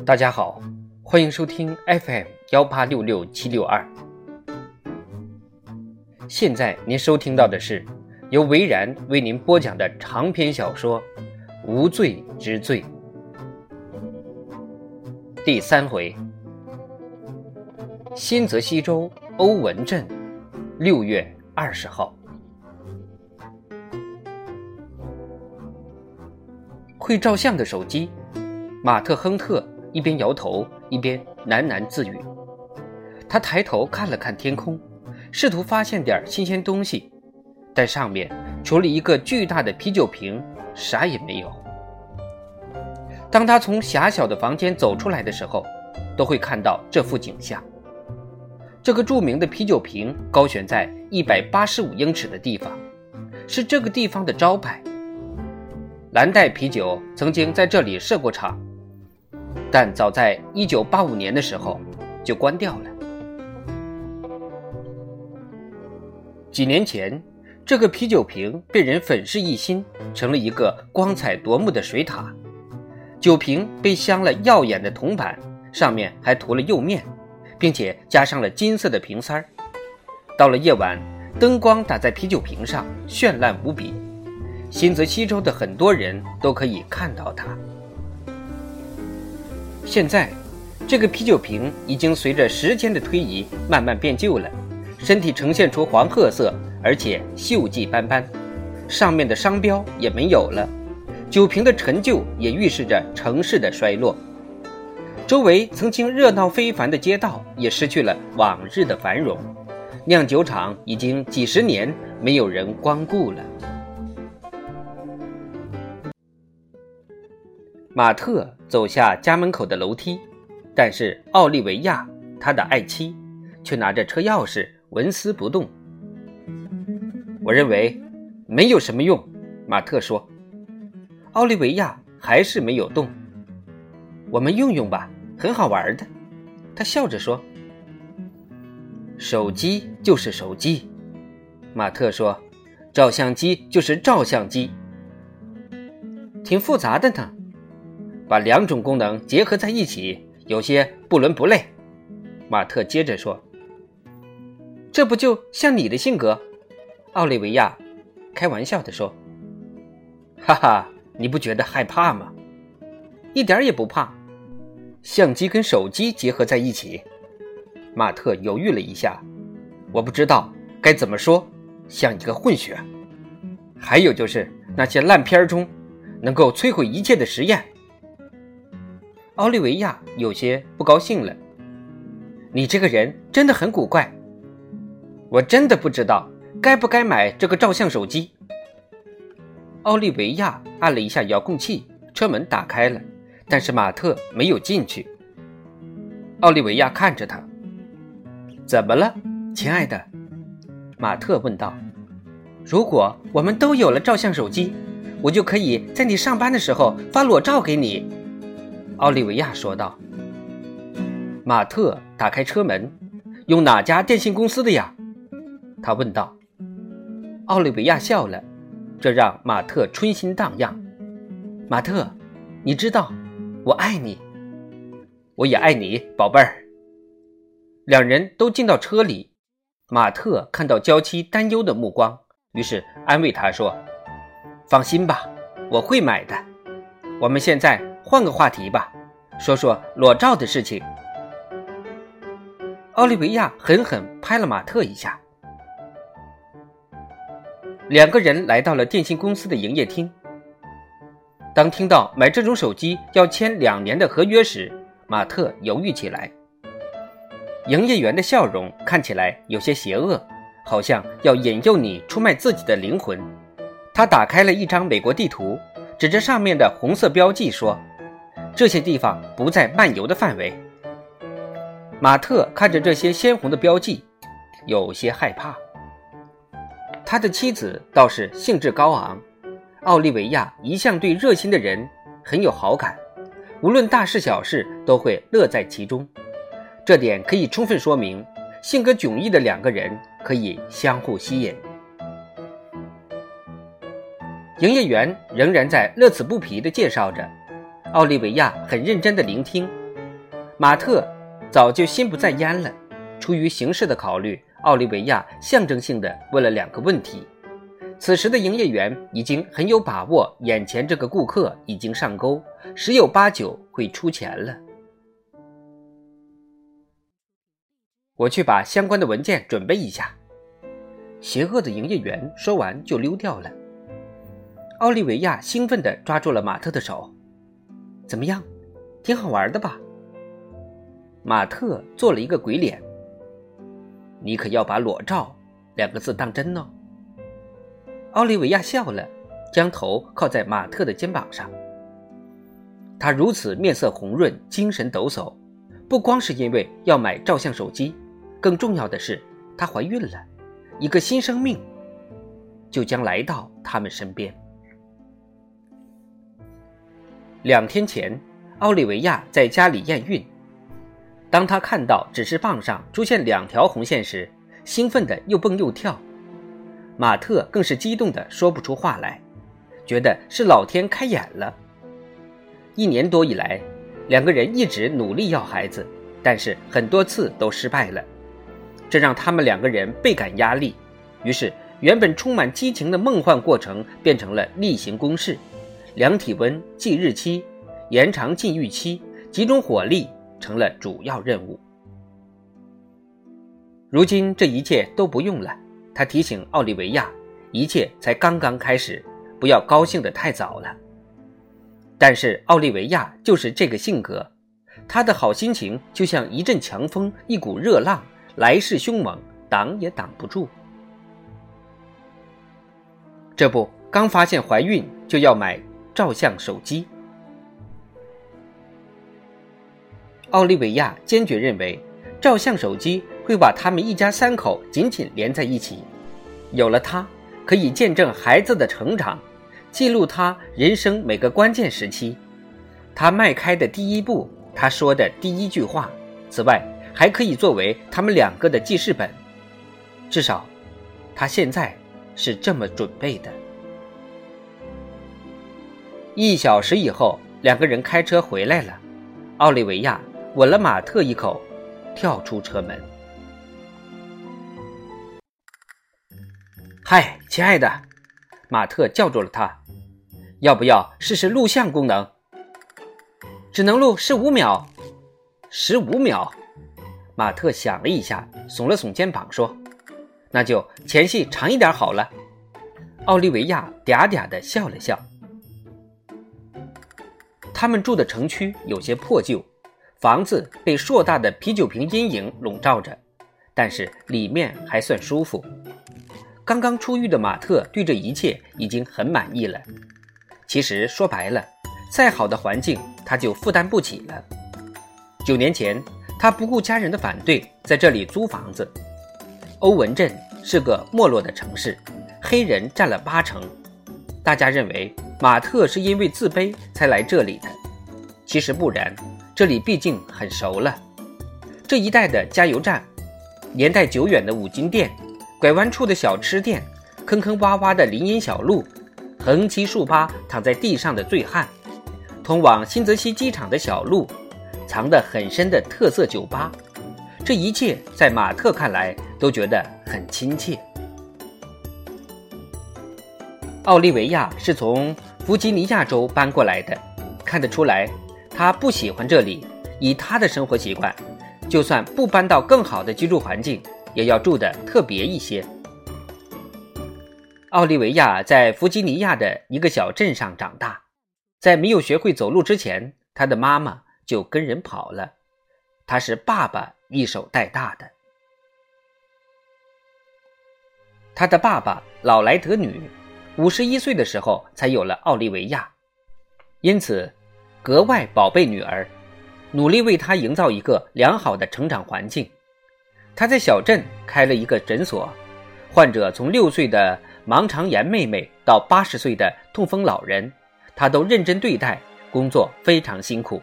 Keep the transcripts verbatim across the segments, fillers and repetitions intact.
大家好，欢迎收听 F M 一八六六七六二。现在您收听到的是由维然为您播讲的长篇小说《无罪之罪》第三回。新泽西州欧文镇，六月二十号。会照相的手机，马特·亨特一边摇头一边喃喃自语。他抬头看了看天空，试图发现点新鲜东西，但上面除了一个巨大的啤酒瓶，啥也没有。当他从狭小的房间走出来的时候，都会看到这幅景象。这个著名的啤酒瓶高悬在一百八十五英尺的地方，是这个地方的招牌。蓝带啤酒曾经在这里设过厂，但早在一九八五年的时候就关掉了。几年前，这个啤酒瓶被人粉饰一新，成了一个光彩夺目的水塔。酒瓶被镶了耀眼的铜板，上面还涂了釉面，并且加上了金色的瓶塞。到了夜晚，灯光打在啤酒瓶上，绚烂无比。新泽西州的很多人都可以看到它。现在，这个啤酒瓶已经随着时间的推移慢慢变旧了，身体呈现出黄褐色，而且锈迹斑斑，上面的商标也没有了。酒瓶的陈旧也预示着城市的衰落。周围曾经热闹非凡的街道也失去了往日的繁荣，酿酒厂已经几十年没有人光顾了。马特走下家门口的楼梯，但是奥利维亚，他的爱妻，却拿着车钥匙纹丝不动。我认为没有什么用，马特说。奥利维亚还是没有动。我们用用吧，很好玩的，他笑着说。手机就是手机，马特说，照相机就是照相机。挺复杂的呢，把两种功能结合在一起，有些不伦不类，马特接着说。这不就像你的性格，奥利维亚开玩笑地说。哈哈，你不觉得害怕吗？一点也不怕。相机跟手机结合在一起，马特犹豫了一下，我不知道该怎么说，像一个混血。还有就是那些烂片中能够摧毁一切的实验。奥利维亚有些不高兴了。你这个人真的很古怪，我真的不知道该不该买这个照相手机。奥利维亚按了一下遥控器，车门打开了，但是马特没有进去。奥利维亚看着他。怎么了，亲爱的？马特问道。如果我们都有了照相手机，我就可以在你上班的时候发裸照给你，奥利维亚说道。马特打开车门。用哪家电信公司的呀？他问道。奥利维亚笑了，这让马特春心荡漾。马特，你知道我爱你。我也爱你，宝贝儿。两人都进到车里。马特看到娇妻担忧的目光，于是安慰她说，放心吧，我会买的。我们现在换个话题吧，说说裸照的事情。奥利维亚狠狠拍了马特一下。两个人来到了电信公司的营业厅。当听到买这种手机要签两年的合约时，马特犹豫起来。营业员的笑容看起来有些邪恶，好像要引诱你出卖自己的灵魂。他打开了一张美国地图，指着上面的红色标记说，这些地方不在漫游的范围。马特看着这些鲜红的标记，有些害怕。他的妻子倒是兴致高昂，奥利维亚一向对热心的人很有好感，无论大事小事都会乐在其中。这点可以充分说明，性格迥异的两个人可以相互吸引。营业员仍然在乐此不疲地介绍着，奥利维亚很认真地聆听， 马特早就心不在焉了。出于形势的考虑，奥利维亚象征性地问了两个问题。此时的营业员已经很有把握，眼前这个顾客已经上钩，十有八九会出钱了。我去把相关的文件准备一下。邪恶的营业员说完就溜掉了。奥利维亚兴奋地抓住了马特的手。怎么样，挺好玩的吧？马特做了一个鬼脸。你可要把裸照两个字当真哦。奥利维亚笑了，将头靠在马特的肩膀上。他如此面色红润，精神抖擞，不光是因为要买照相手机，更重要的是她怀孕了，一个新生命就将来到他们身边。两天前，奥利维亚在家里验孕。当她看到指示棒上出现两条红线时，兴奋地又蹦又跳。马特更是激动地说不出话来，觉得是老天开眼了。一年多以来，两个人一直努力要孩子，但是很多次都失败了，这让他们两个人倍感压力。于是原本充满激情的梦幻过程变成了例行公事，量体温、记日期、延长禁欲期、集中火力成了主要任务。如今这一切都不用了，他提醒奥利维亚，一切才刚刚开始，不要高兴得太早了。但是奥利维亚就是这个性格，他的好心情就像一阵强风，一股热浪，来势凶猛，挡也挡不住。这不，刚发现怀孕就要买照相手机。奥利维亚坚决认为，照相手机会把他们一家三口紧紧连在一起，有了它，可以见证孩子的成长，记录他人生每个关键时期，他迈开的第一步，他说的第一句话。此外，还可以作为他们两个的记事本，至少他现在是这么准备的。一小时以后，两个人开车回来了。奥利维亚吻了马特一口，跳出车门。嗨，亲爱的，马特叫住了他，要不要试试录像功能？只能录十五秒。十五秒？马特想了一下，耸了耸肩膀说，那就前戏长一点好了。奥利维亚嗲嗲地笑了笑。他们住的城区有些破旧，房子被硕大的啤酒瓶阴影笼罩着，但是里面还算舒服。刚刚出狱的马特对这一切已经很满意了。其实说白了，再好的环境他就负担不起了。九年前，他不顾家人的反对，在这里租房子。欧文镇是个没落的城市，黑人占了八成。大家认为马特是因为自卑才来这里的，其实不然，这里毕竟很熟了。这一带的加油站，年代久远的五金店，拐弯处的小吃店，坑坑洼洼的林荫小路，横七竖八躺在地上的醉汉，通往新泽西机场的小路，藏得很深的特色酒吧，这一切在马特看来都觉得很亲切。奥利维亚是从弗吉尼亚州搬过来的，看得出来他不喜欢这里。以他的生活习惯，就算不搬到更好的居住环境，也要住得特别一些。奥利维亚在弗吉尼亚的一个小镇上长大，在没有学会走路之前，他的妈妈就跟人跑了，他是爸爸一手带大的。他的爸爸老莱德女五十一岁的时候才有了奥利维亚，因此格外宝贝女儿，努力为她营造一个良好的成长环境。他在小镇开了一个诊所，患者从六岁的盲肠炎妹妹到八十岁的痛风老人，他都认真对待，工作非常辛苦。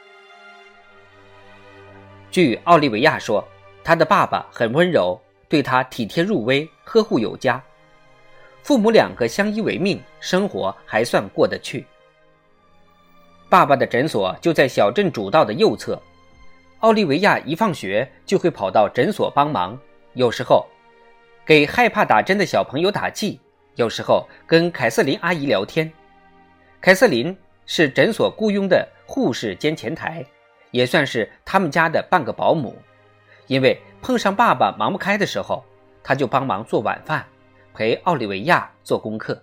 据奥利维亚说，他的爸爸很温柔，对他体贴入微，呵护有加。父母两个相依为命，生活还算过得去。爸爸的诊所就在小镇主道的右侧， 奥利维亚一放学就会跑到诊所帮忙，有时候给害怕打针的小朋友打气，有时候跟凯瑟琳阿姨聊天。凯瑟琳是诊所雇佣的护士兼前台，也算是他们家的半个保姆。因为碰上爸爸忙不开的时候，他就帮忙做晚饭，陪奥利维亚做功课。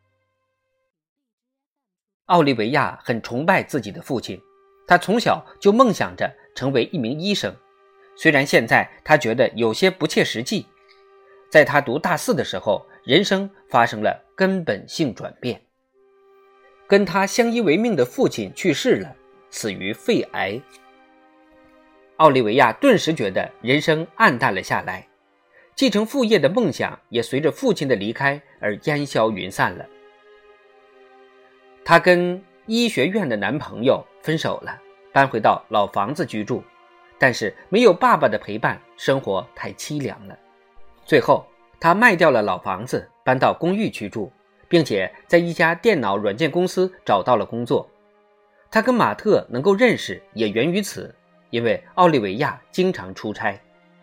奥利维亚很崇拜自己的父亲，他从小就梦想着成为一名医生，虽然现在他觉得有些不切实际。在他读大四的时候，人生发生了根本性转变。跟他相依为命的父亲去世了，死于肺癌。奥利维亚顿时觉得人生暗淡了下来，继承父业的梦想也随着父亲的离开而烟消云散了。她跟医学院的男朋友分手了，搬回到老房子居住，但是没有爸爸的陪伴，生活太凄凉了。最后她卖掉了老房子，搬到公寓居住，并且在一家电脑软件公司找到了工作。她跟马特能够认识也源于此，因为奥利维亚经常出差。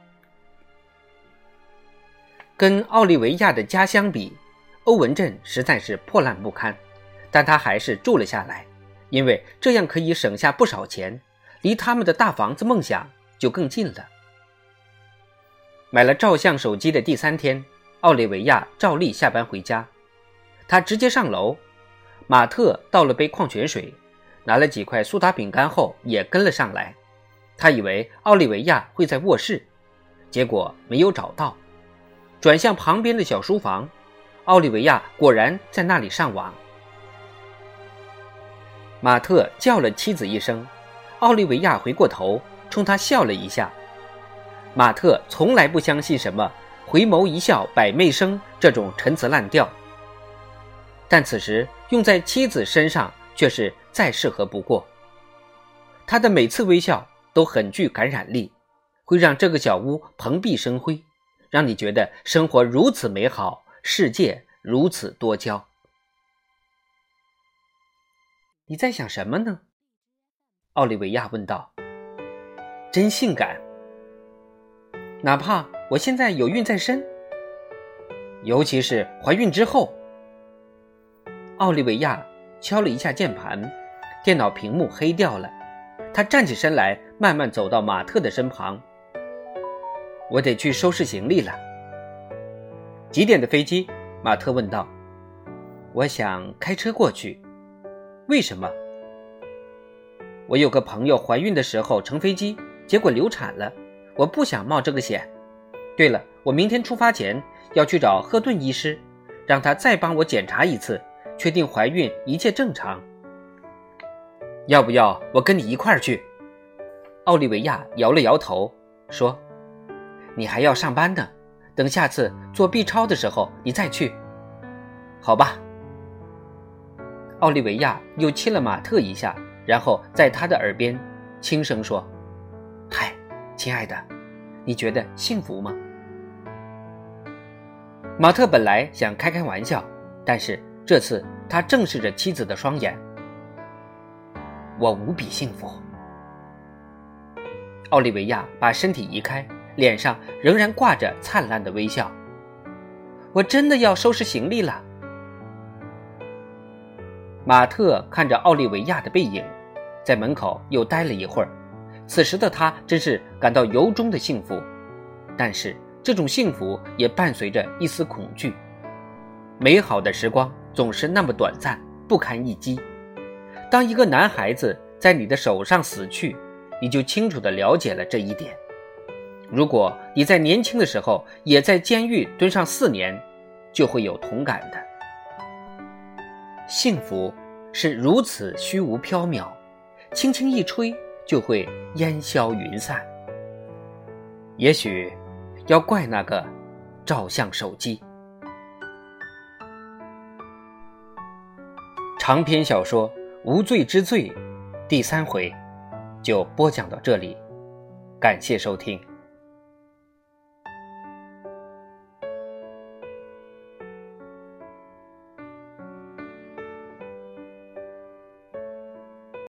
跟奥利维亚的家乡比，欧文镇实在是破烂不堪，但他还是住了下来，因为这样可以省下不少钱，离他们的大房子梦想就更近了。买了照相手机的第三天，奥利维亚照例下班回家，他直接上楼，马特倒了杯矿泉水，拿了几块苏打饼干后也跟了上来。他以为奥利维亚会在卧室，结果没有找到，转向旁边的小书房，奥利维亚果然在那里上网。马特叫了妻子一声，奥利维亚回过头冲他笑了一下。马特从来不相信什么回眸一笑百媚生这种陈词滥调，但此时用在妻子身上却是再适合不过。他的每次微笑都很具感染力，会让这个小屋蓬荜生辉，让你觉得生活如此美好，世界如此多娇。你在想什么呢？奥利维亚问道。真性感。哪怕我现在有孕在身，尤其是怀孕之后。奥利维亚敲了一下键盘，电脑屏幕黑掉了。他站起身来，慢慢走到马特的身旁。我得去收拾行李了。几点的飞机？马特问道。我想开车过去。为什么？我有个朋友怀孕的时候乘飞机，结果流产了，我不想冒这个险。对了，我明天出发前要去找赫顿医师，让他再帮我检查一次，确定怀孕一切正常。要不要我跟你一块儿去？奥利维亚摇了摇头说，你还要上班呢，等下次做 B 超的时候你再去。好吧。奥利维亚又亲了马特一下，然后在他的耳边轻声说，嗨，亲爱的，你觉得幸福吗？马特本来想开开玩笑，但是这次他正视着妻子的双眼。我无比幸福。奥利维亚把身体移开，脸上仍然挂着灿烂的微笑。我真的要收拾行李了。马特看着奥利维亚的背影，在门口又待了一会儿。此时的他真是感到由衷的幸福，但是这种幸福也伴随着一丝恐惧。美好的时光总是那么短暂，不堪一击。当一个男孩子在你的手上死去，你就清楚地了解了这一点。如果你在年轻的时候也在监狱蹲上四年，就会有同感的。幸福是如此虚无缥缈，轻轻一吹就会烟消云散。也许要怪那个照相手机。长篇小说《无罪之罪》第三回就播讲到这里，感谢收听。